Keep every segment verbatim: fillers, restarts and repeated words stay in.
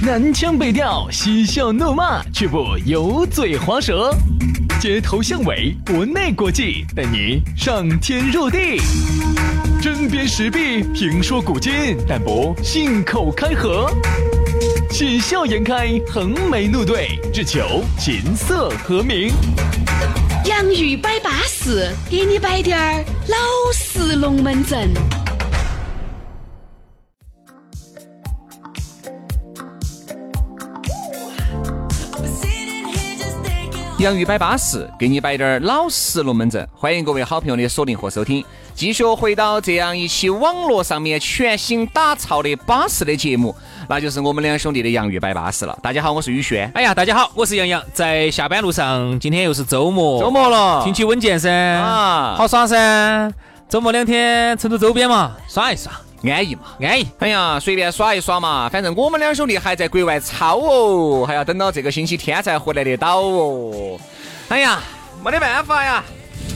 南腔北调，嬉笑怒骂，却不油嘴滑舌。街头巷尾，国内国际，带你上天入地。针砭时弊，评说古今，但不信口开河。喜笑颜开，横眉怒对，只求琴瑟和鸣。 洋芋摆巴士，给你摆点儿老式龙门阵。 洋芋摆巴士，给你摆点老实龙门阵。欢迎各位好朋友的锁定和收听，继续回到这样一期网络上面全新打造的巴士的节目，那就是我们两兄弟的洋芋摆巴士了。大家好，我是宇轩。 哎呀，大家好，我是杨洋。在下班路上，今天又是周末， 周末了， 天气稳健噻，啊，好耍噻。周末两天，成都周边嘛，耍一耍。 安逸嘛， 安逸。 哎呀，随便耍一耍嘛，反正我们两兄弟还在国外操哦，还要等到这个星期天才回来得到哦。哎呀，没得办法呀，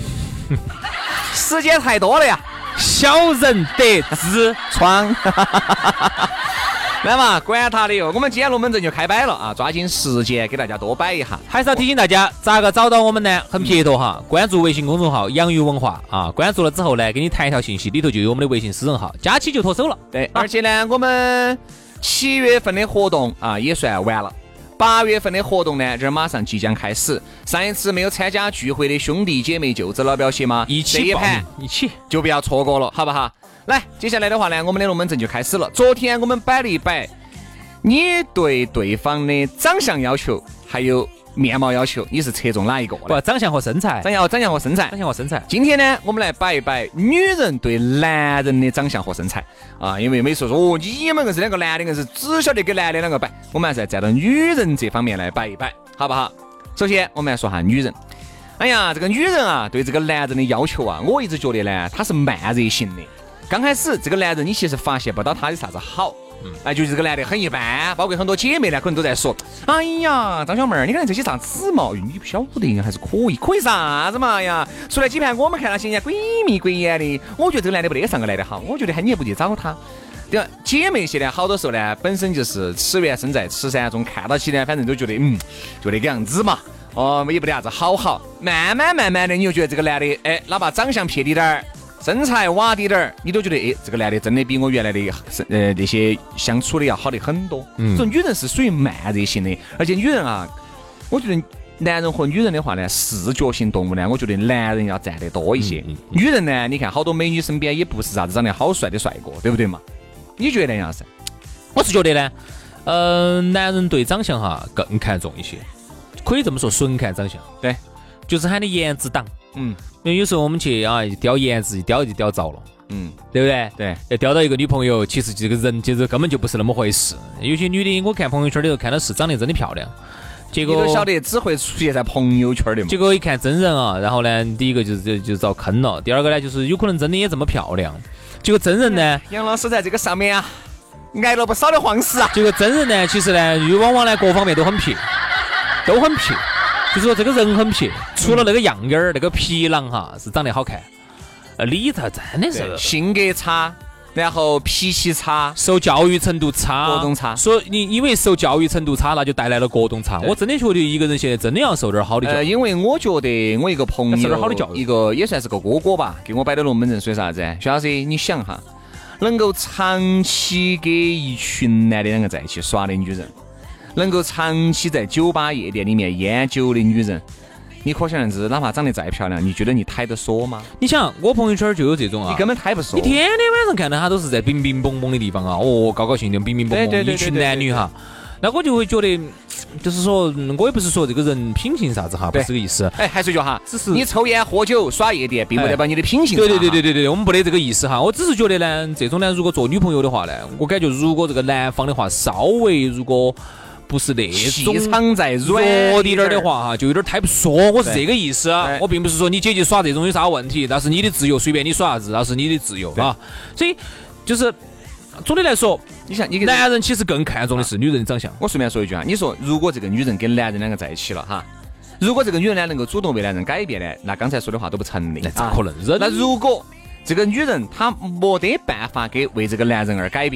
时间太多了呀， 小人得痔疮。 来嘛，管他的哟，我们今天龙门阵就开摆了啊，抓紧时间给大家多摆一下。 还是要提醒大家，咋个找到我们呢？很撇脱哈，关注微信公众号洋芋文化啊，关注了之后呢，给你弹一条信息，里头就有我们的微信私人号，加起就脱手了。 对，而且呢，我们七月份的活动啊也算完了。八月份的活动呢，这马上即将开始。上一次没有参加聚会的兄弟姐妹、舅子老表姐嘛， 一起一盘一起就不要错过了，好不好？来，接下来的话呢，我们的龙门阵就开始了。昨天我们摆了一摆，你对对方的长相要求还有面貌要求，你是侧重哪一个呢？ 不，长相和身材。 长相、长相和身材。 长相和身材。 今天呢，我们来摆一摆女人对男人的长相和身材啊，因为没说说哦，你们硬是两个男的，硬是只晓得给男的两个摆，我们还是要站到女人这方面来摆一摆，好不好？首先，我们来说下女人。哎呀，这个女人啊，对这个男人的要求啊，我一直觉得呢，她是慢热型的。刚开始这个男人，你其实发现不到他的啥子好。嗯，哎，就是这个男的很一般，包括很多姐妹呢，可能都在说，哎呀，张小妹儿，你看这些长子嘛，你不晓得还是可以，可以啥子嘛呀？说来几盘，我们看到现在鬼迷鬼眼的，我觉得这个男的不得上个来的好，我觉得还你也不得找他。对吧？姐妹现在好多时候呢，本身就是此缘生在此山中，看到起呢，反正都觉得嗯，就那个样子嘛，哦，也不得啥子好好。慢慢慢慢的，你就觉得这个男的，哎，哪怕长相撇滴点儿。身材瓦滴点儿，你都觉得哎，这个男的真的比我原来的呃那些相处的要好的很多。嗯，所以女人是属于慢热型的，而且女人啊，我觉得男人和女人的话呢，视觉型动物呢，我觉得男人要占得多一些。嗯嗯嗯、女人呢，你看好多美女身边也不是啥子长得好帅的帅哥，对不对嘛？你觉得呢？杨老师？ 我是觉得呢，呃，男人对长相哈更看重一些，可以这么说，纯看长相。 对， 就是喊你颜值党。 嗯。 因为有时候我们去啊雕颜值，一雕就雕着了， 嗯， 对不对？ 对， 要雕到一个女朋友，其实这个人其实根本就不是那么回事。有些女的，我看朋友圈里头看到是长得真的漂亮，结果你都晓得只会出现在朋友圈的嘛。 结果一看真人啊，然后呢，第一个就是就就遭坑了，第二个呢就是有可能真的也这么漂亮，结果真人呢， 杨老师在这个上面啊挨了不少的黄丝啊。 结果真人呢，其实呢，又往往呢各方面都很撇，都很撇。就是说这个人很撇，除了那个样样儿、那个皮囊哈是长得好看，呃，里头真的是性格差，然后脾气差， 受教育程度差， 各种差。 所以你因为受教育程度差，那就带来了各种差。我真的觉得一个人现在真的要受点好的教育。 呃，因为我觉得我一个朋友， 受点好的教育， 一个也算是个哥哥吧，给我摆的龙门阵说啥子？徐老师，你想哈，能够长期跟一群男的两个在一起耍的女人。能够长期在酒吧夜店里面烟酒的女人，你可想而知，哪怕长得再漂亮，你觉得你抬得说吗？ 你想，我朋友圈就有这种啊， 你根本抬不说。 你天天晚上看到他都是在冰冰蹦蹦的地方啊，哦，高高兴兴冰冰蹦蹦，一群男女哈，那我就会觉得，就是说，我也不是说这个人品行啥子哈，不是这个意思。 哎，还是一句哈， 只是你抽烟喝酒耍夜店，并不代表你的品行。 对对对对对对，我们不得这个意思哈。我只是觉得呢，这种呢，如果做女朋友的话呢，我感觉如果这个男方的话，稍微如果。不是那种气场在弱一点的话哈，就有点太不说，我是这个意思。我并不是说你姐姐耍这种有啥问题，那是你的自由，随便你耍啥子，那是你的自由啊。所以就是总的来说， 你想，你男人其实更看重的是女人的长相。 我顺便说一句啊，你说如果这个女人跟男人两个在一起了哈，如果这个女人呢能够主动为男人改变呢，那刚才说的话都不成立， 那怎么可能？ 那如果这个女人她没得办法给为这个男人而改变，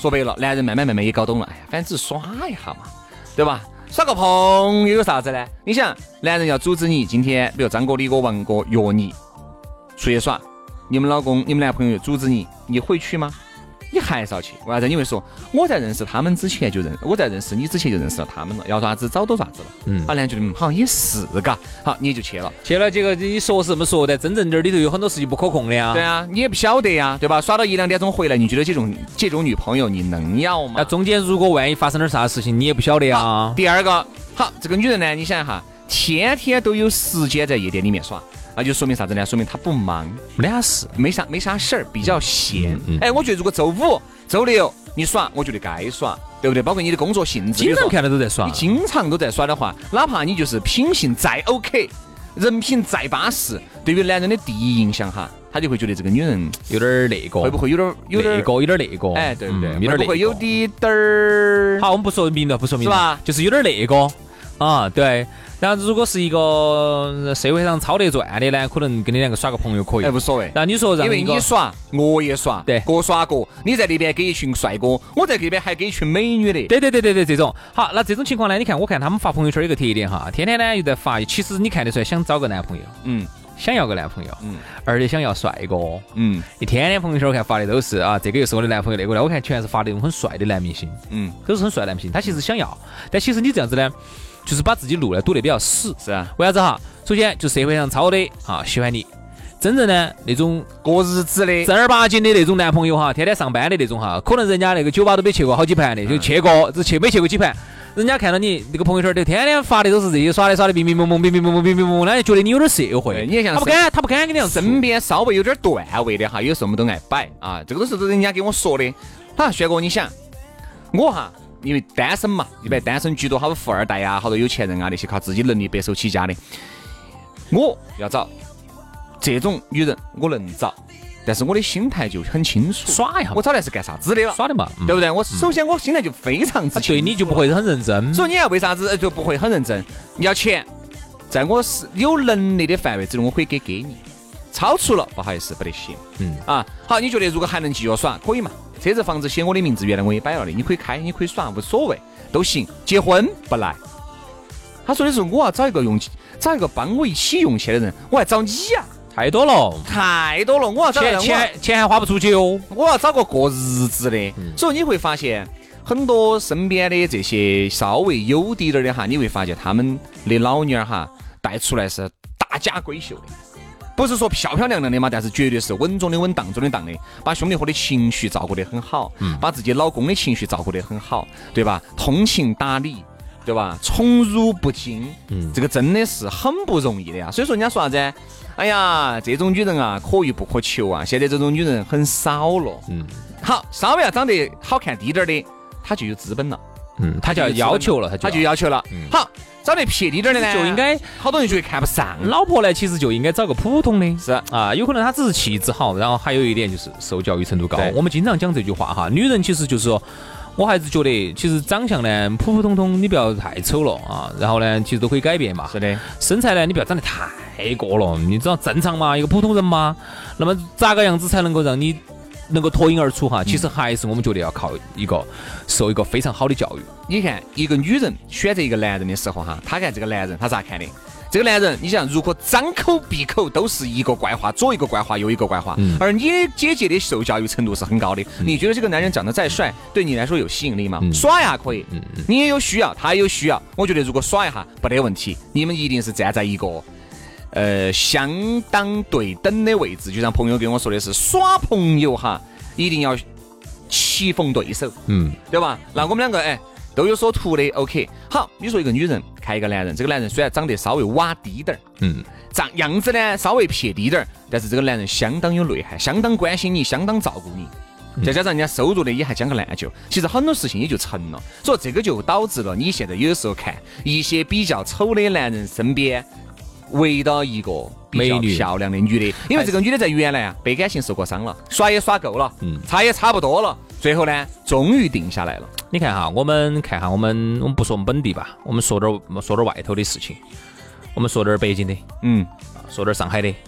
说白了，男人慢慢慢慢也搞懂了，哎呀，反正只是耍一下嘛，对吧？耍个朋友有啥子呢？你想，男人要组织你今天，比如张哥、李哥、王哥约你出去耍，你们老公、你们男朋友组织你，你会去吗？你还是要去，为啥子？因为说我在认识他们之前就认，我在认识你之前就认识了他们了，要啥子早都啥子了。嗯，好，男觉得嗯好像也是嘎，好你就去了， 去了，结果你说是这么说，但真正这里头有很多事情不可控的呀。 对啊，你也不晓得呀，对吧？耍到一两点钟回来，你觉得这种这种女朋友你能要吗？ 那中间如果万一发生点啥事情，你也不晓得呀。 第二个，好，这个女人呢，你想一下，天天都有时间在夜店里面耍。那就说明啥子呢？说明他不忙， 没啥事， 没啥没啥事儿，比较闲。 嗯嗯、 哎，我觉得如果周五、周六你耍，我觉得该耍，对不对？包括你的工作性质， 经常看到都在耍， 你经常都在耍的话，哪怕你就是品行再 OK， 人品再巴适，对于男人的第一印象哈，他就会觉得这个女人有点那个， 会不会有点有点那个，有点那个？ 哎，对不对？ 嗯、有点会不会有滴点儿？ 好，我们不说明了，不说明了， 是吧？ 就是有点那个啊，对。然后如果是一个社会上超得转的呢，可能跟你两个耍个朋友可以， 哎，无所谓。 那你说让因为你耍，我也耍， 对， 各耍各。你在那边给一群帅哥，我在这边还给一群美女的。 对对对对对，这种好。那这种情况呢，你看，我看他们发朋友圈有个特点哈，天天呢又在发，其实你看得出来想找个男朋友， 嗯， 想要个男朋友， 嗯， 而且想要帅哥， 嗯， 一天天朋友圈看发的都是啊，这个又是我的男朋友，那个呢，我看全是发那种很帅的男明星， 嗯， 都是很帅的男明星。他其实想要，但其实你这样子呢，就是把自己路呢堵得比较死。 是啊， 为啥子哈？首先就社会上超的啊喜欢你，真正呢那种过日子的正儿八经的那种男朋友哈，天天上班的那种哈，可能人家那个酒吧都没去过好几盘的，就去过，只去没去过几盘。人家看到你那个朋友圈，都天天发的都是这些耍的耍的，冰冰蒙蒙，冰冰蒙蒙，冰冰蒙蒙，那就觉得你有点社会。 你也像他不敢，他不敢跟你讲。 身边稍微有点段位的哈，有时候我们都爱摆啊，这个都是人家给我说的。哈，轩哥，你想我哈，因为单身嘛，一般单身居多，好多富二代啊，好多有钱人啊，那些靠自己能力白手起家的。我要找这种女人，我能找。但是我的心态就很清楚， 耍一下， 我找来是干啥子的了？ 耍的嘛， 对不对？我首先我心态就非常之清楚， 对你就不会很认真。 所以你要为啥子就不会很认真？你要钱，在我是有能力的范围之内，我可以给给你。超出了，不好意思，不得行。 嗯啊，好，你觉得如果还能继续耍，可以嘛？车子房子写我的名字，原来我也摆了的，你可以开，你可以耍，无所谓，都行。结婚不来。他说的是我要找一个用，找一个帮我一起用钱的人，我还找你呀、啊。 太多了， 太多了！我要找钱钱钱还花不出去哦， 我要找个过日子的。嗯、所以你会发现，很多身边的这些稍微有滴点的哈，你会发现他们的老妞儿哈带出来是大家闺秀的，不是说漂漂亮亮的嘛，但是绝对是稳重的稳当中的当的，把兄弟伙的情绪照顾得很好，嗯、把自己老公的情绪照顾得很好，对吧？通情达理。对吧？宠辱不惊，嗯，这个真的是很不容易的呀。所以说人家说啥子？哎呀，这种女人啊，可遇不可求啊。现在这种女人很少了。嗯，好，稍微要长得好看低点的，她就有资本了。 嗯，她就要要求了， 她就要求了。嗯，好，长得撇低点的呢， 就应该好多人就会看不上。 老婆呢，其实就应该找个普通的。 是啊，有可能她只是气质好，然后还有一点就是受教育程度高。我们经常讲这句话哈，女人其实就是说。我还是觉得，其实长相呢普普通通，你不要太丑了啊。然后呢，其实都可以改变嘛。 是的。 身材呢，你不要长得太过了，你知道正常嘛，一个普通人嘛。那么咋个样子才能够让你能够脱颖而出哈？其实还是我们觉得要靠一个受一个非常好的教育。 你看，一个女人选择一个男人的时候哈，她看这个男人，她咋看的？这个男人，你想，如果张口闭口都是一个怪话，左一个怪话，右一个怪话，嗯、而你姐姐的受教育程度是很高的，嗯、你觉得这个男人长得再帅，对你来说有吸引力吗？嗯、耍一下可以，嗯、你也有需要，他也有需要。我觉得如果耍一下不得问题，你们一定是站在一个呃相当对等的位置。就像朋友跟我说的是，耍朋友哈，一定要棋逢对手，嗯，对吧？那我们两个哎。都有所图的 ，OK。好，你说一个女人看一个男人，这个男人虽然长得稍微洼低点儿，嗯，长样子呢稍微撇低点儿，但是这个男人相当有内涵，相当关心你，相当照顾你，再加上人家收入呢也还讲个烂就，其实很多事情也就成了。所以这个就导致了你现在有的时候看一些比较丑的男人身边围到一个比较漂亮的女的，因为这个女的在原来啊被感情受过伤了，耍也耍够了，嗯，差也差不多了，最后呢终于定下来了。 你看哈，我们看哈，我们我们不说我们本地吧，我们说点说点外头的事情，我们说点北京的，嗯，说点上海的，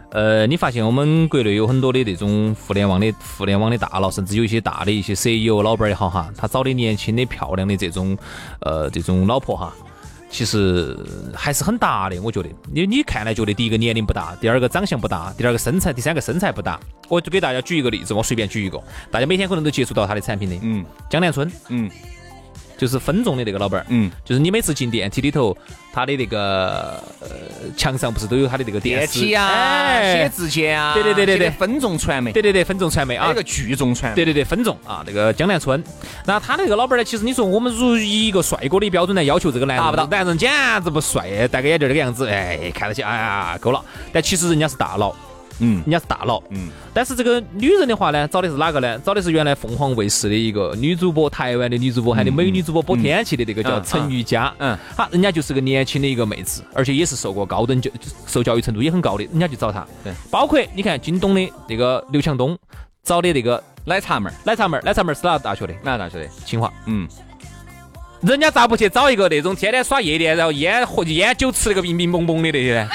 呃，你发现我们国内有很多的这种互联网的互联网的大佬，甚至有一些大的一些 C E O 老板也好哈，他找的年轻的漂亮的这种呃这种老婆哈，其实还是很大的，我觉得。你你看来觉得第一个年龄不大，第二个长相不大，第二个身材，第三个身材不大。我就给大家举一个例子，我随便举一个，大家每天可能都接触到他的产品的， 嗯， 江南春， 嗯。 就是分众的那个老板， 嗯， 就是你每次进电梯里头，他的那个呃墙上不是都有他的那个电视梯啊、写字间啊， 对对对对对， 分众传媒， 对对对，分众传媒啊， 还有个聚众传媒， 对对对，分众啊，那个江南春，那他那个老板呢，其实你说我们如一个帅哥的标准来要求这个男人，达不到，男人简直不帅，戴个眼镜这个样子，哎，看得起，哎呀，够了。但其实人家是大佬。嗯，人家是大佬，嗯，但是这个女人的话呢，找的是哪个呢？找的是原来凤凰卫视的一个女主播，台湾的女主播，还有美女主播播天气的那个叫陈瑜佳，嗯，好，人家就是个年轻的一个妹子，而且也是受过高等教，受教育程度也很高的，人家就找她，对，包括你看京东的那个刘强东找的那个奶茶妹儿， 奶茶妹儿，奶茶妹儿是哪个大学的？ 哪个大学的？ 清华， 嗯。 人家咋不去找一个那种天天耍夜店，然后烟喝烟酒吃那个冰冰嘣嘣的那些呢？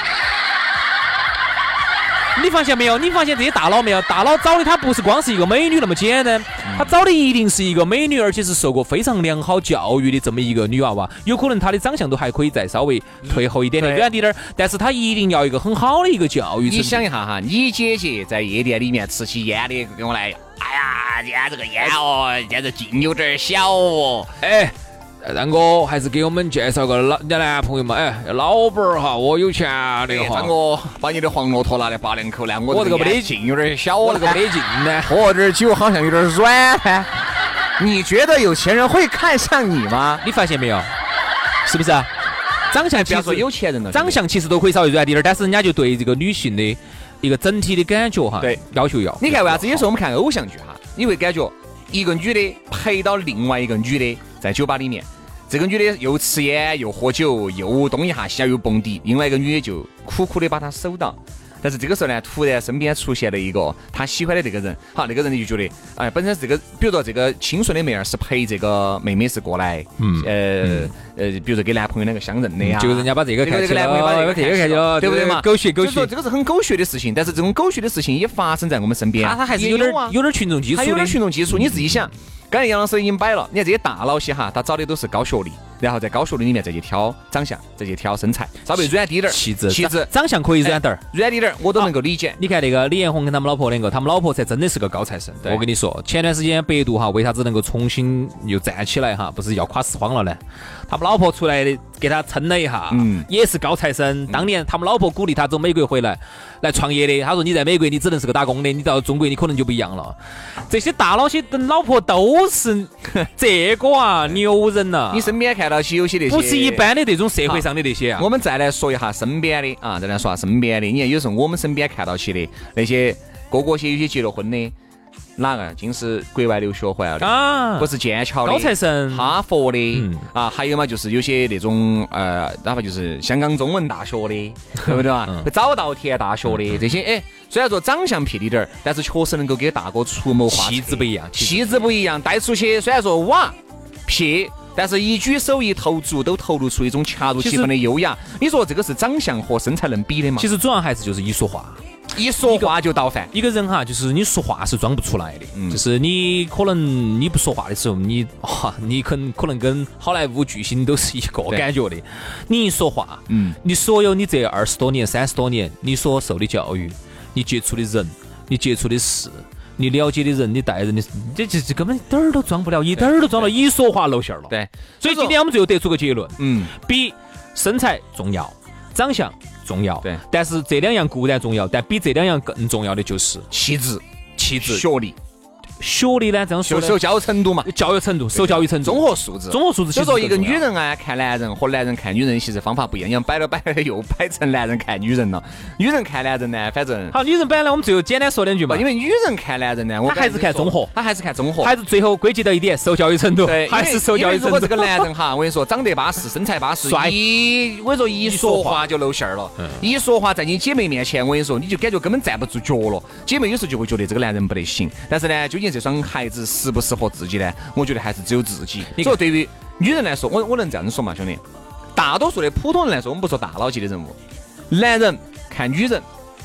你发现没有？你发现这些大佬没有？大佬找的他不是光是一个美女那么简单，他找的一定是一个美女，而且是受过非常良好教育的这么一个女娃娃。有可能她的长相都还可以再稍微退后一点的、远点点，但是她一定要一个很好的一个教育。 你想一下哈，你姐姐在夜店里面吃起烟的，跟我来，哎呀，今天这个烟哦，今天这劲有点小哦， 哎。张哥，还是给我们介绍个老你的男朋友嘛？哎，老板儿哈，我有钱那个哈。 张哥，把你的黄骆驼拿来拔两口来，我这个没得劲，有点小， 我这个没得劲呢。 喝点酒好像有点软。你觉得有钱人会看上你吗？ 你发现没有？是不是啊？长相不要说有钱人了， 长相其实都可以稍微软点点，但是人家就对这个女性的一个整体的感觉哈， 对要求要。 你看为啥子有时候我们看偶像剧哈，你会感觉一个女的陪到另外一个女的在酒吧里面。这个女的又吃烟又喝酒又东一下西下又蹦迪，另外一个女的就苦苦的把她守到。但是这个时候呢，突然身边出现了一个她喜欢的这个人，好，那个人就觉得，哎，本身这个，比如说这个清纯的妹儿是陪这个妹妹是过来，嗯，呃、嗯、呃，比如说给男朋友两个相认的呀， 结果人家把这个看起了， 男朋友把这个看起了，对不对嘛？ 狗血狗血， 所以说这个是很狗血的事情，但是这种狗血的事情也发生在我们身边， 他他还是有点有点群众基础的， 有点群众基础，你自己想。刚才杨老师已经摆了，你看这些大佬些哈，他找的都是高学历，然后在高学历里面再去挑长相，再去挑身材，稍微软低点儿， 气质， 气质， 长相可以软点儿， 软低点儿，我都能够理解。 你看那个李彦宏跟他们老婆两个，他们老婆才真的是个高材生。我跟你说，前段时间百度哈，为啥子能够重新又站起来哈？不是要垮四荒了呢？他们老婆出来给他撑了一下，嗯，也是高材生。当年他们老婆鼓励他从美国回来来创业的，他说你在美国你只能是个打工的，你到中国你可能就不一样了。这些大佬些跟老婆都是这个啊牛人呐、啊！ 你身边看到起有些那些不是一般的这种社会上的那些啊。 我们再来说一下身边的啊，再来说下身边的。你看有时候我们身边看到起的那些哥哥些，有些结了婚的。哪个尽是国外留学回来的啊？不是剑桥的高材生， 哈佛的、嗯、啊，还有嘛就是有些那种呃，哪怕就是香港中文大学的，对不对啊？嗯、早稻田大学的、嗯、这些，哎，虽然说长相撇滴点儿，但是确实能够给大哥出谋划策， 气质不一样， 气质不一样，带出去虽然说哇撇。但是一举手一投足都透露出一种恰如其分的优雅。你说这个是长相和身材能比的吗？ 其实主要还是就是一说话。 一说话就倒饭。 一个人哈，就是你说话是装不出来的，嗯、就是你可能你不说话的时候，你哇，你可能可能跟好莱坞巨星都是一个感觉的。你一说话，嗯，你所有你这二十多年、三十多年，你所受的教育，你接触的人，你接触的事。你了解的人，你待人的，这这这根本点儿都装不了，一点儿都装了，一说话露馅了。 对， 所以今天我们最后得出个结论， 嗯， 比身材重要，长相重要， 对， 但是这两样固然重要，但比这两样更重要的就是气质、 气质、 学历。 学历呢？这样说， 受教育程度嘛， 教育程度，受教育程度， 综合素质， 综合素质。 所以说，一个女人啊，看男人和男人看女人其实方法不一样，摆了摆又摆成男人看女人了。女人看男人呢，反正好，女人摆了，我们最后简单说两句嘛。 因为女人看男人呢，我她还是看综合， 她还是看综合， 还是最后归结到一点，受教育程度， 对， 还是受教育程度。 如果这个男人哈，我跟你说，长得巴适，身材巴适， 帅， 一我跟你说一说话就露馅儿了，嗯、一说话在你姐妹面前，我跟你说，你就感觉根本站不住脚了。姐妹有时候就会觉得这个男人不得行，但是呢，究竟这双孩子适不适合自己呢？我觉得还是只有自己。所以对于女人来说，我我能这样说嘛，兄弟，大多数的普通人来说，我们不说大佬级的人物，男人看女人，看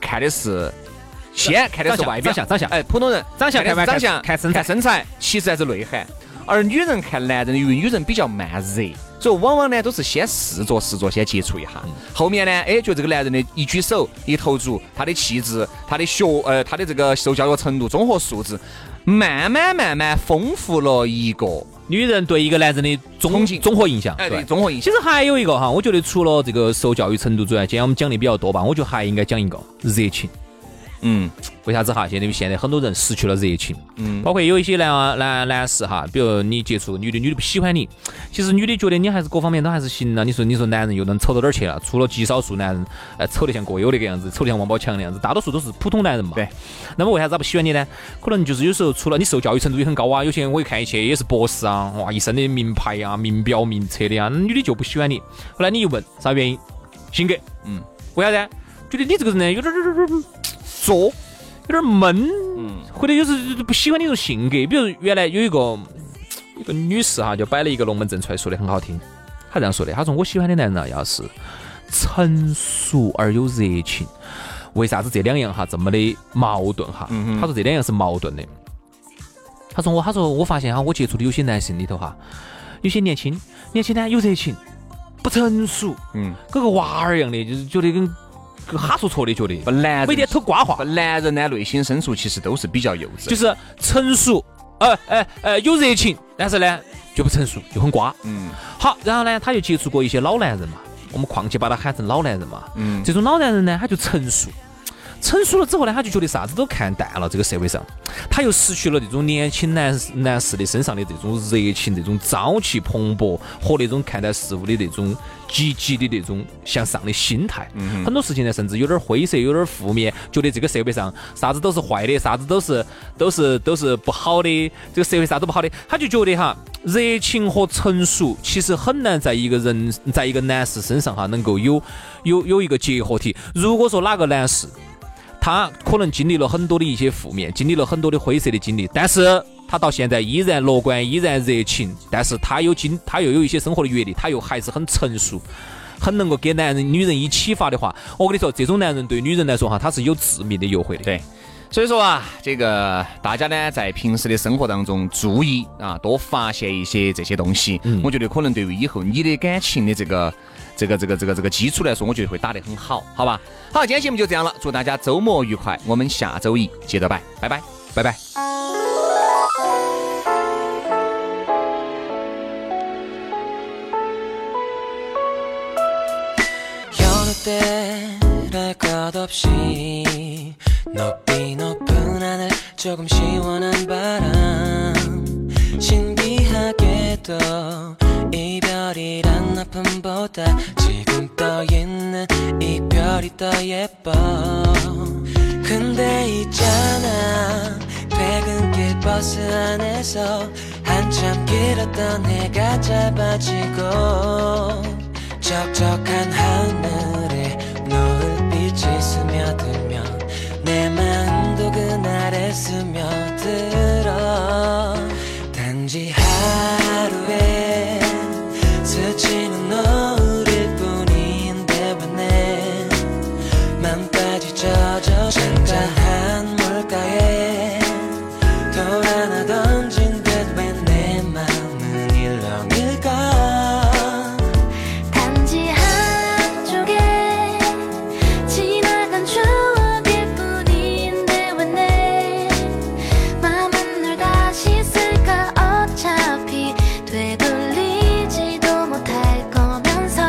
看的是。先看的是外表， 长相，长相， 哎，普通人长相看长相， 看身材， 看身材，其实还是内涵。而女人看男人，因为女人比较慢热，所以往往呢都是先试着试着先接触一下，嗯、后面呢，哎，觉得这个男人的一举手一投足，他的气质，他的学，呃，他的这个受教育程度、综合素质，慢慢慢慢丰富了一个女人对一个男人的综综合印象。 哎，对，综合印象。其实还有一个哈，我觉得除了这个受教育程度之外，今天我们讲的比较多吧，我觉得还应该讲一个热情。嗯，为啥子哈？现在现在很多人失去了热情，嗯，包括有一些男男男士哈，比如你接触女的，女的不喜欢你，其实女的觉得你还是各方面都还是行了。你说你说男人又能丑到哪儿去了？除了极少数男人，呃，丑得像郭友那个样子，丑得像王宝强那样子，大多数都是普通男人嘛。 对。 那么为啥子他不喜欢你呢？可能就是有时候除了你受教育程度也很高啊，有些人我一看一切也是博士啊，哇，一身的名牌啊、名表、名车的啊，女的就不喜欢你。后来你一问啥原因？性格，嗯，为啥子？觉得你这个人呢有点点点点作。有点闷，嗯，或者有时不喜欢那种性格。比如原来有一个一个女士哈，就摆了一个龙门阵出来，说的很好听。她这样说的，她说我喜欢的男人啊，要是成熟而有热情。为啥子这两样哈这么的矛盾哈？嗯、她说这两样是矛盾的。她说我，她说我发现哈，我接触的有些男性里头哈，有些年轻，年轻呢有热情，不成熟，嗯，跟个娃儿一样的，就是觉得跟。哈说错的，觉得每天偷瓜话。 男人呢，内心深处其实都是比较幼稚， 就是成熟，呃呃呃，有热情，但是呢就不成熟，就很瓜。嗯，好，然后呢，他就接触过一些老男人嘛，我们况且把他喊成老男人嘛。嗯，这种老男人呢，他就成熟。成熟了之后呢，他就觉得啥子都看淡了，这个社会上，他又失去了这种年轻男男士的身上的这种热情、这种朝气蓬勃和那种看待事物的那种积极的那种向上的心态。嗯、很多事情呢，甚至有点灰色，有点负面，觉得这个社会上啥子都是坏的，啥子都是都是都是不好的，这个社会啥都不好的，他就觉得哈，热情和成熟其实很难在一个人，在一个男士身上哈能够有有有一个结合体。如果说哪个男士，他可能经历了很多的一些负面，经历了很多的灰色的经历，但是他到现在依然乐观，依然热情，但是他有经，他又有一些生活的阅历，他又还是很成熟，很能够给男人、女人以启发的话，我跟你说，这种男人对女人来说哈，他是有致命的诱惑的。 对，所以说啊，这个大家呢在平时的生活当中注意啊，多发现一些这些东西，嗯、我觉得可能对于以后你的感情的这个。这个这个这个这个基础来说，我觉得会打得很好，好吧？好，今天节目就这样了，祝大家周末愉快，我们下周一接着拜，拜拜，拜拜。 이별이란 아픔보다 지금 떠있는 이별이 더 예뻐 근데 있잖아 퇴근길 버스 안에서 한참 길었던 해가 짧아지고 적적한 하늘에 노을빛이 스며들면 내 마음도 그날에 스며들어 단지 하루에 스치는 노을일 뿐인데 왜 내 맘까지 젖어 잔잔한 물가에 돌 하나 던진 듯 왜 내 맘은 일렁일까 단지 한쪽에 지나간 추억일 뿐인데 왜 내 맘은 널 다시 쓸까 어차피 되돌리지도 못할 거면서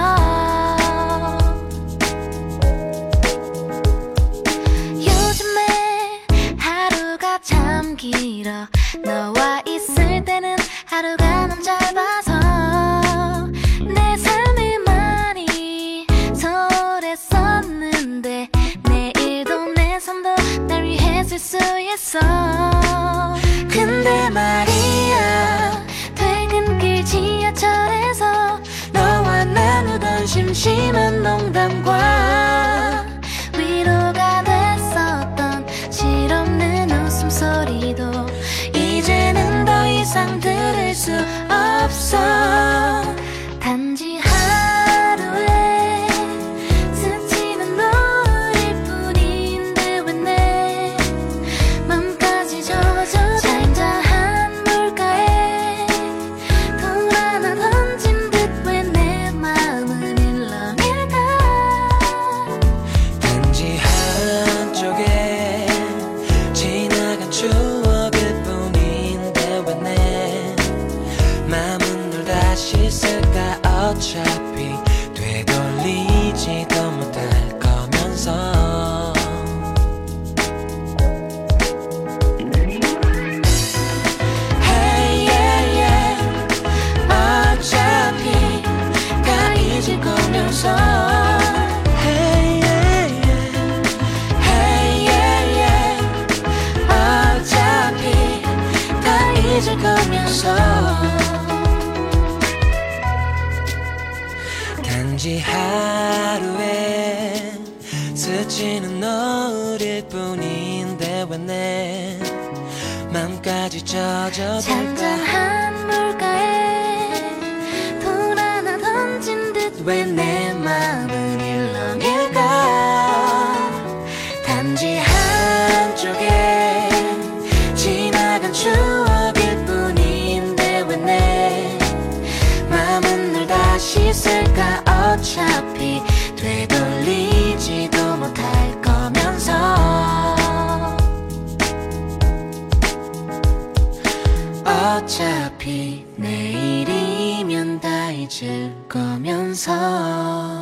요즘에 하루가 참 길어 너와 있을 때는 하루가 너무 짧아서 내 삶이 많이 소홀했었는데 내일도 내 삶도 날 위해 쓸 수 있어 근데 말이야 퇴근길 지하철에서 너와 나누던 심심한 농담과 위로가 됐었던 실없는 웃음소리도 이제는 더 이상 들을 수 없어 단지 하루에 스치는 노을일 뿐인데 어차피 되돌리지도 못할 거면서 Hey yeah yeah 어차피 다 잊을 거면서 Hey yeah yeah Hey yeah yeah 어차피 다 잊을 거면서 단지 하루에 스치는 노을일 뿐인데 왜 내 맘까지 젖어들까 잔잔한 물가에 돌 하나 던진 듯 왜 내 마음은 일렁일까 단지 한쪽에 지나간 추억일 뿐인데 왜 내 마음은 널 다시 쓸까 어차피 되돌리지도 못할 거면서 어차피 내일이면 다 잊을 거면서